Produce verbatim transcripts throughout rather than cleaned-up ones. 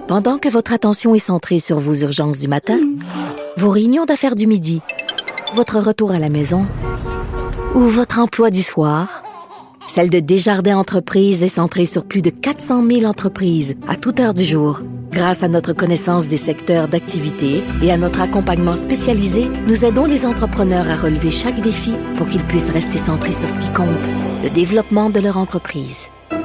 Pendant que votre attention est centrée sur vos urgences du matin, vos réunions d'affaires du midi, votre retour à la maison ou votre emploi du soir, celle de Desjardins Entreprises est centrée sur plus de quatre cent mille entreprises à toute heure du jour. Grâce à notre connaissance des secteurs d'activité et à notre accompagnement spécialisé, nous aidons les entrepreneurs à relever chaque défi pour qu'ils puissent rester centrés sur ce qui compte, le développement de leur entreprise.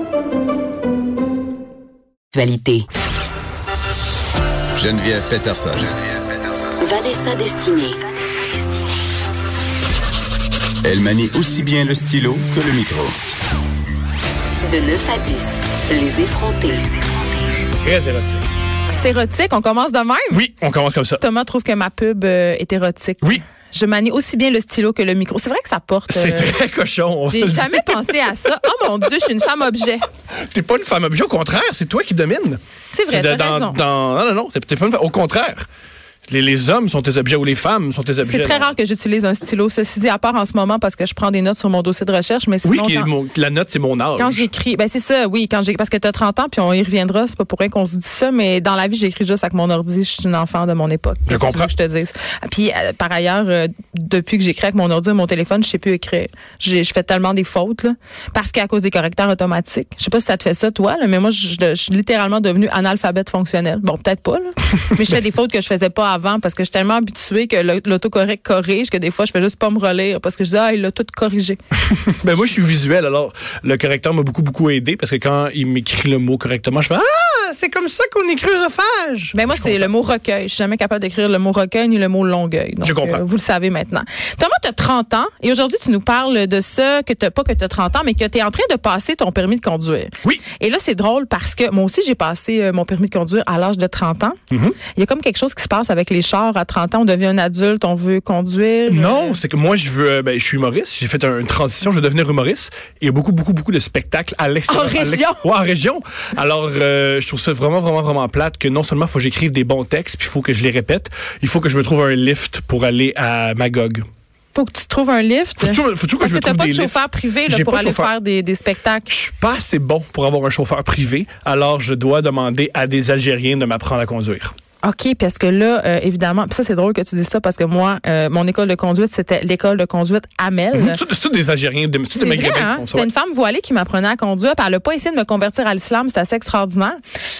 Actualité. Geneviève Peterson. Vanessa Destinée. Elle manie aussi bien le stylo que le micro. De neuf à dix, les effrontés. Très érotique. C'est érotique, on commence de même? Oui, on commence comme ça. Thomas trouve que ma pub euh, est érotique. Oui. Je manie aussi bien le stylo que le micro. C'est vrai que ça porte... C'est euh, très cochon. J'ai jamais pensé à ça. Oh mon Dieu, je suis une femme objet. T'es pas une femme objet, au contraire, c'est toi qui domines. C'est vrai, C'est de- t'as dans, raison. dans- Non, non, non, t'es, t'es pas une femme. Au contraire. Les, les hommes sont tes objets ou les femmes sont tes objets. C'est très rare que j'utilise un stylo. Ceci dit, à part en ce moment parce que je prends des notes sur mon dossier de recherche, mais Oui, sinon... qui est quand- mon- la note, c'est mon âge. Quand j'écris, ben c'est ça, oui, quand j'ai parce que t'as trente ans puis on y reviendra, c'est pas pour rien qu'on se dit ça, mais dans la vie, j'écris juste avec mon ordi, je suis une enfant de mon époque. Je Qu'est-ce que tu comprends. veux que je te dise. Puis euh, par ailleurs, euh, depuis que j'écris avec mon ordi et mon téléphone, je sais plus écrire. J'ai je fais tellement des fautes là parce qu'à cause des correcteurs automatiques. Je sais pas si ça te fait ça toi là, mais moi je, je- je suis littéralement devenue analphabète fonctionnel. Bon, peut-être pas là, mais je fais des fautes que je faisais pas avant parce que je suis tellement habituée que le- l'autocorrect corrige que des fois je fais juste pas me relire parce que je dis ah, il a tout corrigé. Ben moi, je suis visuel, alors le correcteur m'a beaucoup, beaucoup aidé parce que quand il m'écrit le mot correctement, je fais Ah, c'est comme ça qu'on écrit œsophage. Ben moi, c'est le mot recueil. Je suis jamais capable d'écrire le mot recueil ni le mot longueuil. Donc, Je comprends. euh, vous le savez maintenant. Thomas, tu as trente ans et aujourd'hui, tu nous parles de ça, que t'as pas que tu as trente ans, mais que tu es en train de passer ton permis de conduire. Oui. Et là, c'est drôle parce que moi aussi, j'ai passé euh, mon permis de conduire à l'âge de trente ans. Mm-hmm. Il y a comme quelque chose qui se passe avec les chars. À trente ans, on devient un adulte, on veut conduire. Non, Euh, c'est que moi, je veux. euh, Ben, je suis humoriste. J'ai fait un- une transition. Je veux devenir humoriste. Il y a beaucoup, beaucoup, beaucoup de spectacles à l'extérieur. En à l'ex- région? Ouais, en région. Alors, euh, je trouve ça vraiment, vraiment, vraiment plate que non seulement il faut que j'écrive des bons textes, puis il faut que je les répète, il faut que je me trouve un lift pour aller à Magog. faut que tu trouves un lift. Faut toujours, faut toujours que Parce je me que t'as trouve pas des de lifts. chauffeur privé là, J'ai pour pas de aller chauffeur. faire des, des spectacles. Je suis pas assez bon pour avoir un chauffeur privé, alors je dois demander à des Algériens de m'apprendre à conduire. OK, parce que là, euh, évidemment, puis ça, c'est drôle que tu dises ça parce que moi, euh, mon école de conduite, c'était l'école de conduite Amel. Mhm. C'est tout- c'est tous des Algériens, des, c'est tous C'est des vrai, Maghrébins hein? qui font ça. C'était ouais. une femme voilée qui m'apprenait à conduire, puis elle n'a pas essayé de me convertir à l'islam, c'était assez extraordinaire.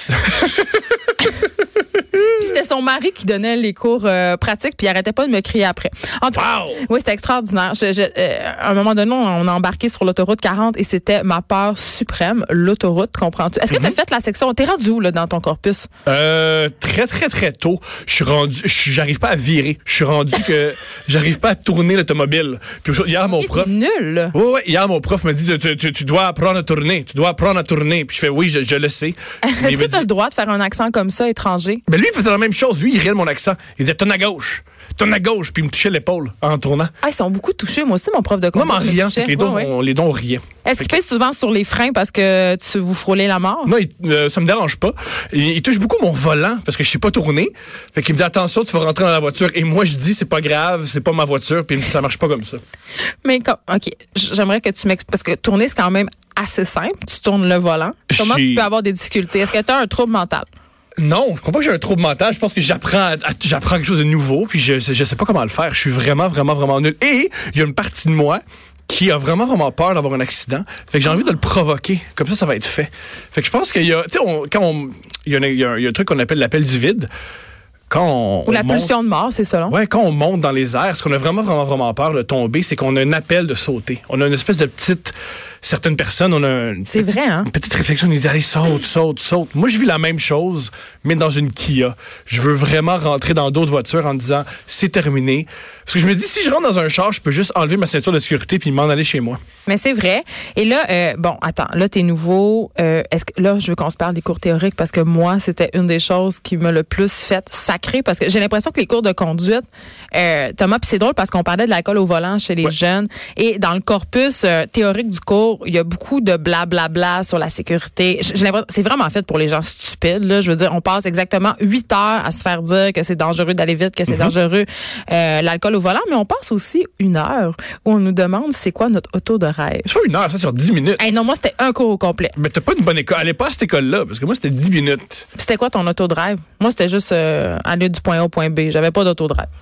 Puis c'était son mari qui donnait les cours euh, pratiques, puis il arrêtait pas de me crier après. En tout cas, Wow! oui, c'était extraordinaire. Je, je, euh, à un moment donné, on a embarqué sur l'autoroute quarante et c'était ma peur suprême, l'autoroute, comprends-tu? Est-ce que tu as fait la section? T'es rendu où là, dans ton corpus? Euh, très, très, très tôt, je suis rendu, je suis- j'arrive pas à virer. Je suis rendu que j'arrive pas à tourner l'automobile. Puis hier, mon Il est prof... nul, là. Oui, oui, hier, mon prof me dit, tu, tu, tu dois apprendre à tourner. Tu dois apprendre à tourner. Puis je fais, oui, je, je le sais. Mais Est-ce il que me tu as dit- le droit de faire un accent comme ça, étranger? Ben lui, il faisait la même chose. Lui, il riait de mon accent. Il disait, tourne à gauche. Tourne à gauche. Puis il me touchait l'épaule en tournant. Ah, ils sont beaucoup touchés. Moi aussi, mon prof de Moi, conduite. mais en me riant, touchait. c'est que les deux, Ouais, ouais. on, les deux, on riait. Est-ce qu'il pèse souvent sur les freins parce que tu vous frôlez la mort? Non, il, euh, ça me dérange pas. Il, il touche beaucoup mon volant parce que je sais pas tourner. Fait qu'il me dit attention, tu vas rentrer dans la voiture. Et moi, je dis c'est pas grave, c'est pas ma voiture. Puis il me dit ça marche pas comme ça. Mais comme, OK, j'aimerais que tu m'expliques, parce que tourner, c'est quand même assez simple. Tu tournes le volant. Comment J'ai- tu peux avoir des difficultés? Est-ce que tu as un trouble mental? Non, je crois pas que j'ai un trouble mental. Je pense que j'apprends, à- à- j'apprends quelque chose de nouveau. Puis je, je sais pas comment le faire. Je suis vraiment, vraiment, vraiment nul. Et il y a une partie de moi qui a vraiment, vraiment peur d'avoir un accident. Fait que j'ai envie de le provoquer. Comme ça, ça va être fait. Fait que je pense qu'il y a, tu sais, on- quand on, il y, a un- il y a un il y a un truc qu'on appelle l'appel du vide. Quand on, Ou la on monte- pulsion de mort, c'est ça, non? Ouais, quand on monte dans les airs, ce qu'on a vraiment, vraiment, vraiment peur de tomber, c'est qu'on a un appel de sauter. On a une espèce de petite... Certaines personnes, on a une, C'est petite, vrai, hein? une petite réflexion, on dit, allez, saute, saute, saute. Moi, je vis la même chose, mais dans une Kia. Je veux vraiment rentrer dans d'autres voitures en disant, c'est terminé. Parce que je me dis, si je rentre dans un char, je peux juste enlever ma ceinture de sécurité puis m'en aller chez moi. Mais c'est vrai. Et là, euh, bon, attends, là, t'es nouveau. Euh, est-ce que là, je veux qu'on se parle des cours théoriques parce que moi, c'était une des choses qui m'a le plus fait sacrer parce que j'ai l'impression que les cours de conduite, euh, Thomas, puis c'est drôle parce qu'on parlait de l'alcool au volant chez les Ouais. jeunes et dans le corpus euh, théorique du cours, jour, il y a beaucoup de blablabla sur la sécurité. J'ai l'impression c'est vraiment fait pour les gens stupides. Là. Je veux dire, on passe exactement huit heures à se faire dire que c'est dangereux d'aller vite, que c'est mm-hmm. dangereux euh, l'alcool au volant, mais on passe aussi une heure où on nous demande c'est quoi notre auto de rêve. C'est pas une heure, ça, sur dix minutes. Hey, non, moi, c'était un cours au complet. Mais t'as pas une bonne école. Allez pas à cette école-là, parce que moi, c'était dix minutes. Puis c'était quoi ton auto de rêve? Moi, c'était juste euh, aller du point A au point B. J'avais pas d'auto de rêve.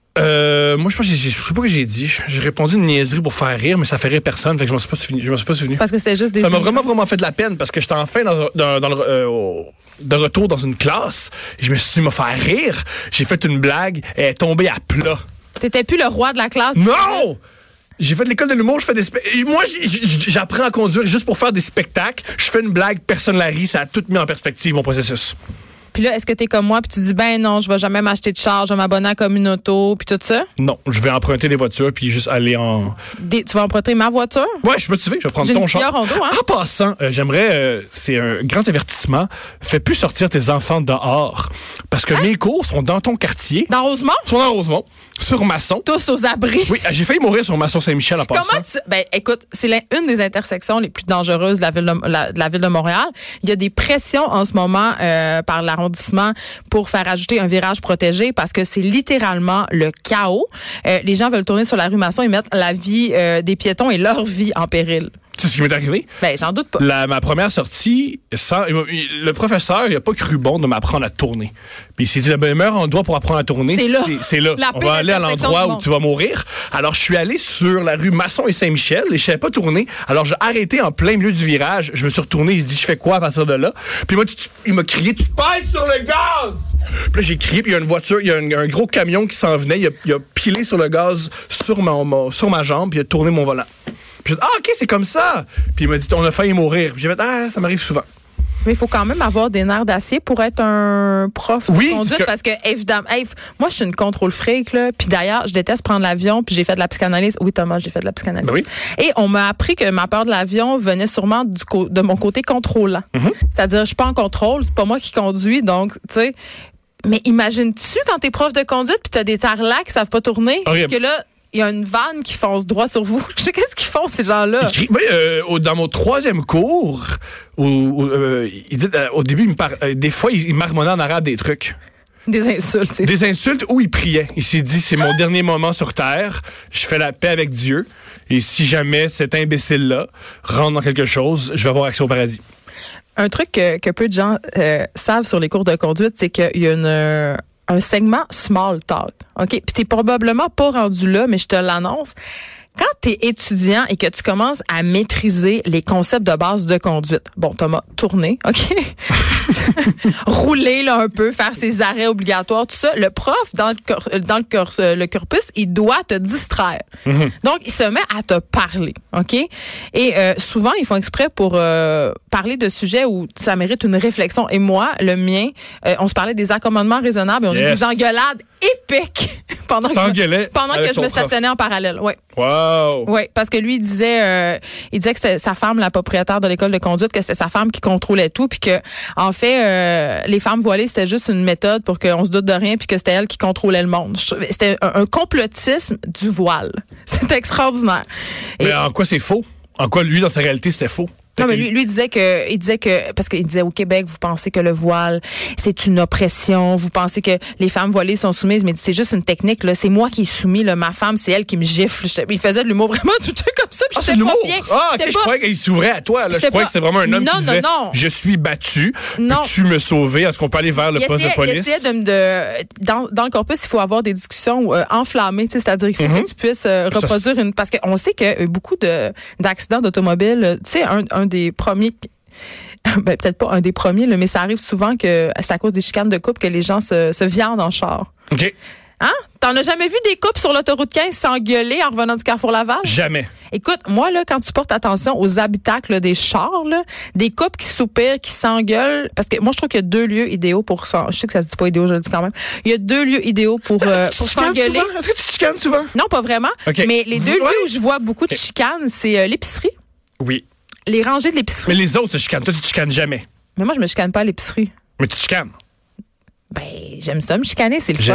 Euh, moi, je pense que j'ai, je sais pas ce que j'ai dit. J'ai répondu une niaiserie pour faire rire, mais ça fait rire personne. Fait que je m'en suis pas souvenu. Je m'en suis pas souvenu. Parce que c'est juste des. Ça m'a vraiment, vraiment fait de la peine parce que j'étais enfin dans, dans, dans le, euh, de retour dans une classe. Et je me suis dit, m'a faire rire. J'ai fait une blague. Elle est tombée à plat. T'étais plus le roi de la classe? Non! J'ai fait de l'école de l'humour, je fais des spectacles. Moi, j'apprends à conduire juste pour faire des spectacles. Je fais une blague, personne la rit. Ça a tout mis en perspective, mon processus. Puis là, est-ce que t'es comme moi puis tu dis ben non, je vais jamais m'acheter de char, je vais m'abonner à Communauto puis tout ça? Non, je vais emprunter des voitures puis juste aller en... Des, tu vas emprunter ma voiture? Ouais, je suis motivé, je vais prendre J'ai ton une char. Rondo, hein? En passant, euh, j'aimerais, euh, c'est un grand avertissement, fais plus sortir tes enfants dehors parce que hein? mes cours sont dans ton quartier. Dans Rosemont? Sont dans Rosemont, sur Masson. Tous aux abris. Oui, j'ai failli mourir sur Masson Saint-Michel en passant. Comment tu... Ben écoute, c'est la, une des intersections les plus dangereuses de la ville de, la, de la ville de Montréal. Il y a des pressions en ce moment euh, par l'arrondissement pour faire ajouter un virage protégé parce que c'est littéralement le chaos. Euh, les gens veulent tourner sur la rue Masson et mettre la vie euh, des piétons et leur vie en péril. C'est ce qui m'est arrivé? Ben, j'en doute pas. La, ma première sortie, sans, il, le professeur, il a pas cru bon de m'apprendre à tourner. Puis il s'est dit, le meilleur endroit pour apprendre à tourner, c'est là. C'est, c'est là. On va aller à l'endroit où tu vas mourir. Alors, je suis allé sur la rue Masson et Saint-Michel et je savais pas tourner. Alors, j'ai arrêté en plein milieu du virage. Je me suis retourné. Il se dit, je fais quoi à partir de là? Puis moi, tu, il m'a crié, tu pèses sur le gaz! Puis là, j'ai crié, puis il y a une voiture, il y a un, un gros camion qui s'en venait. Il a, il a pilé sur le gaz sur ma, ma, sur ma jambe, puis il a tourné mon volant. Puis j'ai dit, ah, OK, c'est comme ça. Puis il m'a dit, on a failli mourir. Puis j'ai fait, ah, ça m'arrive souvent. Mais il faut quand même avoir des nerfs d'acier pour être un prof oui, de conduite. Parce que, parce que évidemment, hey, moi, je suis une contrôle freak, là. Puis d'ailleurs, je déteste prendre l'avion, puis j'ai fait de la psychanalyse. Oui, Thomas, j'ai fait de la psychanalyse. Ben oui. Et on m'a appris que ma peur de l'avion venait sûrement du co- de mon côté contrôlant. Mm-hmm. C'est-à-dire, je suis pas en contrôle, c'est pas moi qui conduis, donc, tu sais. Mais imagines-tu quand t'es prof de conduite, puis t'as des tarlacs qui savent pas tourner, horrible. Que là, il y a une vanne qui fonce droit sur vous. Je sais qu'est-ce qu'ils font, ces gens-là. Il, oui, euh, dans mon troisième cours, où, où, euh, il dit, euh, au début, il me par, euh, des fois, il, il marmonnait en arabe des trucs. Des insultes, c'est Des ça. insultes où il priait. Il s'est dit, c'est mon dernier moment sur Terre. Je fais la paix avec Dieu. Et si jamais cet imbécile-là rentre dans quelque chose, je vais avoir accès au paradis. Un truc que, que peu de gens euh, savent sur les cours de conduite, c'est qu'il y a une... un segment small talk. OK? Puis t'es probablement pas rendu là, mais je te l'annonce. Quand t'es étudiant et que tu commences à maîtriser les concepts de base de conduite, bon, Thomas, tourner, OK? Rouler là un peu, faire ses arrêts obligatoires, tout ça, le prof, dans le, cor- dans le, cor- le corpus, il doit te distraire. Mm-hmm. Donc, il se met à te parler, OK? Et euh, souvent, ils font exprès pour euh, parler de sujets où ça mérite une réflexion. Et moi, le mien, euh, on se parlait des accommodements raisonnables et on yes. a eu des engueulades épiques pendant tu que, je, pendant que je me stationnais en parallèle. Ouais. Wow! Oui, parce que lui, il disait, euh, il disait que c'était sa femme, la propriétaire de l'école de conduite, que c'était sa femme qui contrôlait tout, puis que, en fait, euh, les femmes voilées, c'était juste une méthode pour qu'on se doute de rien, puis que c'était elle qui contrôlait le monde. C'était un, un complotisme du voile. C'était extraordinaire. Mais Et, en quoi c'est faux? En quoi, lui, dans sa réalité, c'était faux? Non, mais lui, lui disait que, il disait que, parce qu'il disait au Québec, vous pensez que le voile, c'est une oppression, vous pensez que les femmes voilées sont soumises, mais c'est juste une technique, là. C'est moi qui est soumis, là. Ma femme, c'est elle qui me gifle. Il faisait de l'humour vraiment tout le temps comme ça, puis ah, j'étais pas bien. Ah, ok, pas... je croyais qu'il s'ouvrait à toi, là. Je croyais pas... que c'était vraiment un homme non, qui disait, non, non. je suis battu, non. peux-tu me sauver? Est-ce qu'on peut aller vers le il poste essayait, de police? Il essayait de me, de, dans, dans le corpus, il faut avoir des discussions euh, enflammées, c'est-à-dire qu'il faut mm-hmm. que tu puisses euh, reproduire une, parce qu'on sait qu'il y a beaucoup de, d'accidents d'automobile, tu sais, un, un des premiers, ben, peut-être pas un des premiers, là, mais ça arrive souvent que c'est à cause des chicanes de couple que les gens se, se viandent en char. OK. Hein? T'en as jamais vu des couples sur l'autoroute quinze s'engueuler en revenant du Carrefour Laval? Jamais. Écoute, moi, là, quand tu portes attention aux habitacles là, des chars, là, des couples qui soupirent, qui s'engueulent, parce que moi, je trouve qu'il y a deux lieux idéaux pour ça. Je sais que ça se dit pas idéaux, je le dis quand même. Il y a deux lieux idéaux pour, euh, pour s'engueuler. Souvent? Est-ce que tu te chicanes souvent? Non, pas vraiment. Okay. Mais les deux ouais. lieux où je vois beaucoup de okay. chicanes, c'est euh, l'épicerie. Oui. Les rangées de l'épicerie. Mais les autres se chicanent. Toi, tu te chicanes jamais. Mais moi, je me chicane pas à l'épicerie. Mais tu te chicanes. Ben, j'aime ça me chicaner, c'est le Génial. fun.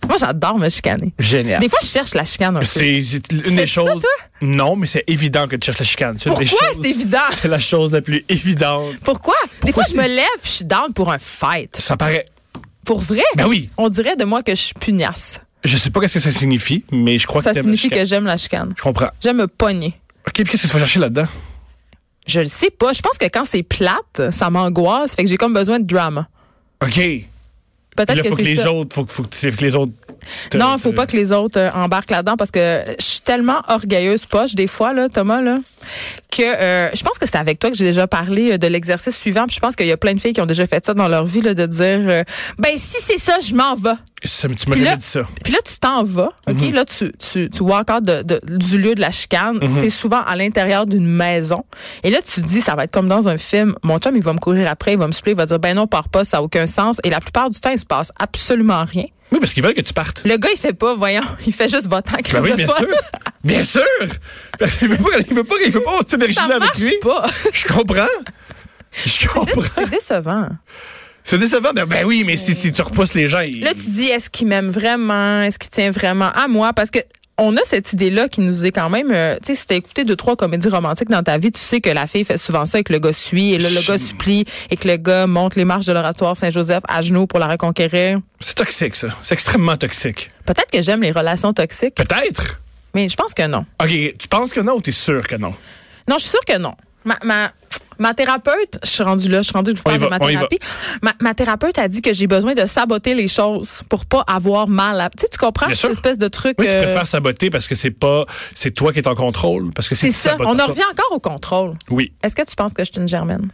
Moi, j'adore me chicaner. Génial. Des fois, je cherche la chicane un peu. C'est, c'est une Tu des fais choses. ça, toi? Non, mais c'est évident que tu cherches la chicane. C'est une des Pourquoi choses- c'est évident? C'est la chose la plus évidente. Pourquoi? Des fois, Pourquoi je me lève puis je suis down pour un fight. Ça paraît. Pour vrai? Ben oui. On dirait de moi que je suis pugnace. Je sais pas qu'est-ce que ça signifie, mais je crois Ça que t'aimes la signifie que chicane. j'aime la chicane. Je comprends. J'aime me pogner. OK, puis qu'est-ce que tu vas chercher là-dedans? Je le sais pas. Je pense que quand c'est plate, ça m'angoisse. Fait que j'ai comme besoin de drama. OK. Puis Peut-être là, que faut que c'est les ça. autres, faut, que- faut que faut que les autres. te- Non, il faut te- pas que les autres euh, embarquent là-dedans parce que je suis tellement orgueilleuse poche des fois, là, Thomas, là, que euh, je pense que c'est avec toi que j'ai déjà parlé euh, de l'exercice suivant. Puis je pense qu'il y a plein de filles qui ont déjà fait ça dans leur vie, là, de dire euh, ben si c'est ça, je m'en vais. Ça, tu Puis m'as là, déjà dit ça. puis là, tu t'en vas, OK? Mhm. Là, tu, tu, tu walk out de, de- du lieu de la chicane. Mhm. C'est souvent à l'intérieur d'une maison. Et là, tu te dis, ça va être comme dans un film. Mon chum, il va me courir après, il va me supplier, il va dire, ben non, pars pas, ça n'a aucun sens. Et la plupart du temps, il se passe absolument rien. Oui, parce qu'ils veulent que tu partes. Le gars, il fait pas, voyons, il fait juste votant. Ben oui, bien sûr. Bien sûr. Parce qu'il veut pas, il veut pas, il veut pas avoir cette Ça énergie-là avec marche lui. pas. Je comprends. Je comprends. C'est décevant. C'est décevant. Ben, ben oui, mais si, si tu repousses les gens, ils... Là, tu dis, est-ce qu'il m'aime vraiment? Est-ce qu'il tient vraiment à moi? Parce que on a cette idée-là qui nous est quand même... euh, tu sais, si t'as écouté deux, trois comédies romantiques dans ta vie, tu sais que la fille fait souvent ça et que le gars suit, et là, le gars supplie, et que le gars monte les marches de l'oratoire Saint-Joseph à genoux pour la reconquérir. C'est toxique, ça. C'est extrêmement toxique. Peut-être que j'aime les relations toxiques, Peut-être. mais je pense que non. OK, tu penses que non ou t'es sûr que non? Non, je suis sûre que non. Ma, ma, ma thérapeute, je suis rendue là, je suis rendue que je vous On y parle de va, ma on y va. thérapie. Ma, ma thérapeute a dit que j'ai besoin de saboter les choses pour pas avoir mal à... Tu sais, tu comprends Bien cette sûr. espèce de truc... Oui, tu euh, préfères saboter parce que c'est pas... C'est toi qui es en contrôle. Parce que si c'est tu ça, sabotes on en pas- revient encore au contrôle. Oui. Est-ce que tu penses que je suis une germaine?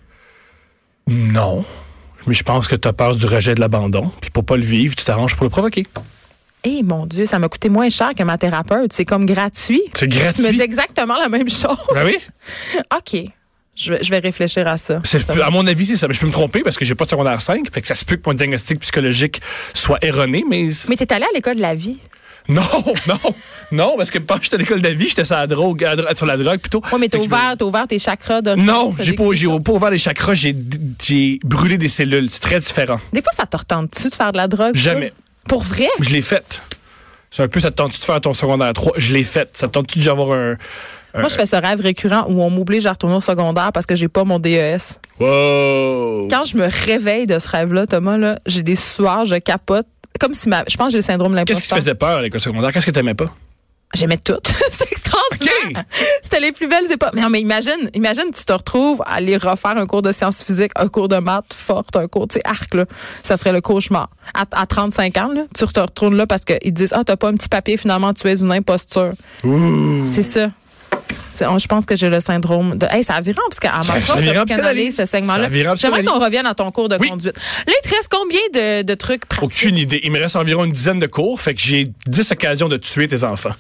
Non. Mais je pense que tu as peur du rejet de l'abandon. Puis pour pas le vivre, tu t'arranges pour le provoquer. Eh mon Dieu, ça m'a coûté moins cher que ma thérapeute. C'est comme gratuit. C'est Tu me gratuit. dis exactement la même chose. Ben oui. OK. Je vais, je vais réfléchir à ça. C'est- à mon avis, c'est ça. Mais je peux me tromper parce que j'ai pas de secondaire cinq. Fait que ça se peut que mon diagnostic psychologique soit erroné, mais... Mais t'es allé à l'école de la vie. Non, non, non, parce que quand j'étais à l'école de la vie, j'étais sur la drogue, à dro- sur la drogue plutôt. Oui, mais t'as Fait que je me- ouvert, t'as ouvert tes chakras. De Non, t'as j'ai pas, vécu j'ai ça. pas ouvert les chakras, j'ai, j'ai brûlé des cellules. C'est très différent. Des fois, ça te retente-tu de faire de la drogue? ça? Jamais. Pour vrai? Je l'ai faite. C'est un peu, ça te tente-tu de faire ton secondaire trois? Je l'ai faite. Ça te tente-tu d'avoir un... un- Moi, je fais ce rêve récurrent où on m'oblige à retourner au secondaire parce que j'ai pas mon D E S. Wow! Quand je me réveille de ce rêve-là, Thomas, là, j'ai des sueurs, je capote. Comme si ma... Je pense que j'ai le syndrome de Qu'est-ce qui te l'imposteur. faisait peur à l'école secondaire? Qu'est-ce que t'aimais pas? J'aimais tout. C'est extraordinaire. C'était les plus belles époques. Mais non, mais imagine, imagine, tu te retrouves à aller refaire un cours de sciences physiques, un cours de maths forte, un cours, tu sais, arc, là. Ça serait le cauchemar. À, à trente-cinq ans, là, tu te retournes là parce qu'ils te disent, ah, t'as pas un petit papier, finalement, tu es une imposture. C'est ça. C'est- on- je pense que j'ai le syndrome de. Hey, ça a viré, parce qu'à ma Ça- ça fois, a viré en tu canalises psychanalyse. ce segment-là. Ça a viré en J'aimerais qu'on psychanalyse. revienne à ton cours de Oui. conduite. Là, il te reste combien de, de trucs pratiques? Aucune idée. Il me reste environ une dizaine de cours, fait que j'ai dix occasions de tuer tes enfants.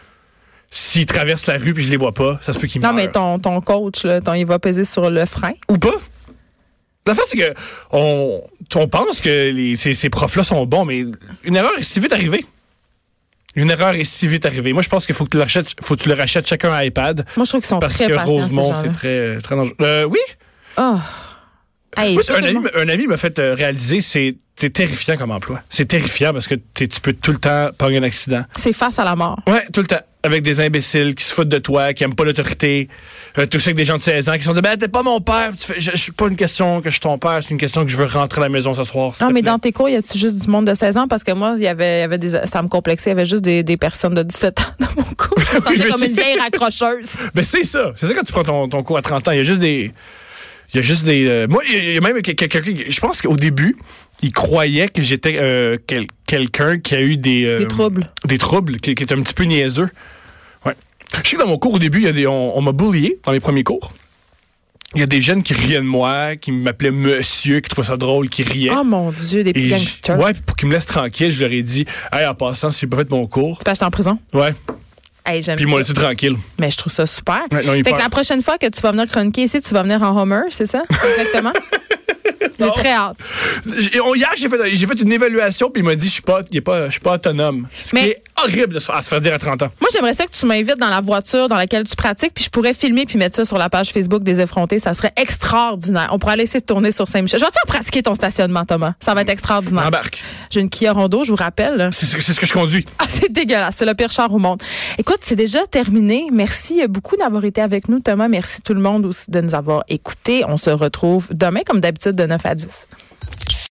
S'ils traversent la rue puis je les vois pas, ça se peut qu'ils Non, meurent. mais ton, ton coach, là, ton, il va peser sur le frein. Ou pas. L'affaire, c'est que on, on pense que les, ces, ces profs-là sont bons, mais une erreur est si vite arrivée. Une erreur est si vite arrivée. Moi, je pense qu'il faut que tu leur achètes, faut que tu leur achètes chacun un iPad. Moi, je trouve qu'ils sont Parce très que patients, ces Rosemont, gens-là. c'est très, très dangereux. Euh, oui. Oh. Hey, Moi, ça, un, tout le ami, monde- un ami m'a fait euh, réaliser, c'est c'est terrifiant comme emploi. C'est terrifiant parce que t'es- tu peux tout le temps pogner un accident. C'est face à la mort. Ouais, tout le temps. Avec des imbéciles qui se foutent de toi, qui aiment pas l'autorité. Euh, tout ça avec des gens de seize ans qui sont dit, ben, t'es pas mon père. Tu fais, je, je suis pas une question que je suis ton père, c'est une question que je veux rentrer à la maison ce soir. s'il Non, te mais plaît. dans tes cours, y a-tu juste du monde de seize ans? Parce que moi, il y avait, il y avait des, ça me complexait. Il y avait juste des, des personnes de dix-sept ans dans mon cours. Je me sentais je comme sais. une vieille raccrocheuse. Ben, c'est ça. C'est ça quand tu prends ton, ton cours à trente ans. Il y a juste des. Il y a juste des. euh, moi, il y a même quelqu'un. Je pense qu'au début, il croyait que j'étais euh, quel- quelqu'un qui a eu des. euh, Des troubles. Des troubles, qui, qui est un petit peu niaiseux. Ouais. Je sais que dans mon cours, au début, il y a des, on, on m'a bullié dans les premiers cours. Il y a des jeunes qui riaient de moi, qui m'appelaient monsieur, qui trouvaient ça drôle, qui riaient. Oh mon Dieu, des petits Et j- gangsters. ouais, puis pour qu'ils me laissent tranquille, je leur ai dit, hey, en passant, si j'ai pas fait mon cours, Tu peux acheter en prison? ouais, Hey, j'aime puis ils m'ont ça. laissé tranquille. Mais je trouve ça super. Ouais, non, il fait que peur. la prochaine fois que tu vas venir chroniquer ici, tu vas venir en Homer, c'est ça? Exactement? J'ai très hâte. J'ai- on- Hier, j'ai fait, j'ai fait une évaluation, puis il m'a dit, je suis pas, il est pas, je suis pas autonome. Ce Mais- qui est horrible de se faire, à se faire dire à trente ans. Moi, j'aimerais ça que tu m'invites dans la voiture dans laquelle tu pratiques, puis je pourrais filmer puis mettre ça sur la page Facebook des effrontés. Ça serait extraordinaire. On pourrait aller essayer de tourner sur Saint-Michel. Je vais te faire pratiquer ton stationnement, Thomas. Ça va être extraordinaire. Embarque. J'ai une Kia Rondo, je vous rappelle. C'est, c'est ce que je conduis. Ah, c'est dégueulasse. C'est le pire char au monde. Écoute, c'est déjà terminé. Merci beaucoup d'avoir été avec nous, Thomas. Merci tout le monde aussi de nous avoir écoutés. On se retrouve demain, comme d'habitude, de neuf à dix.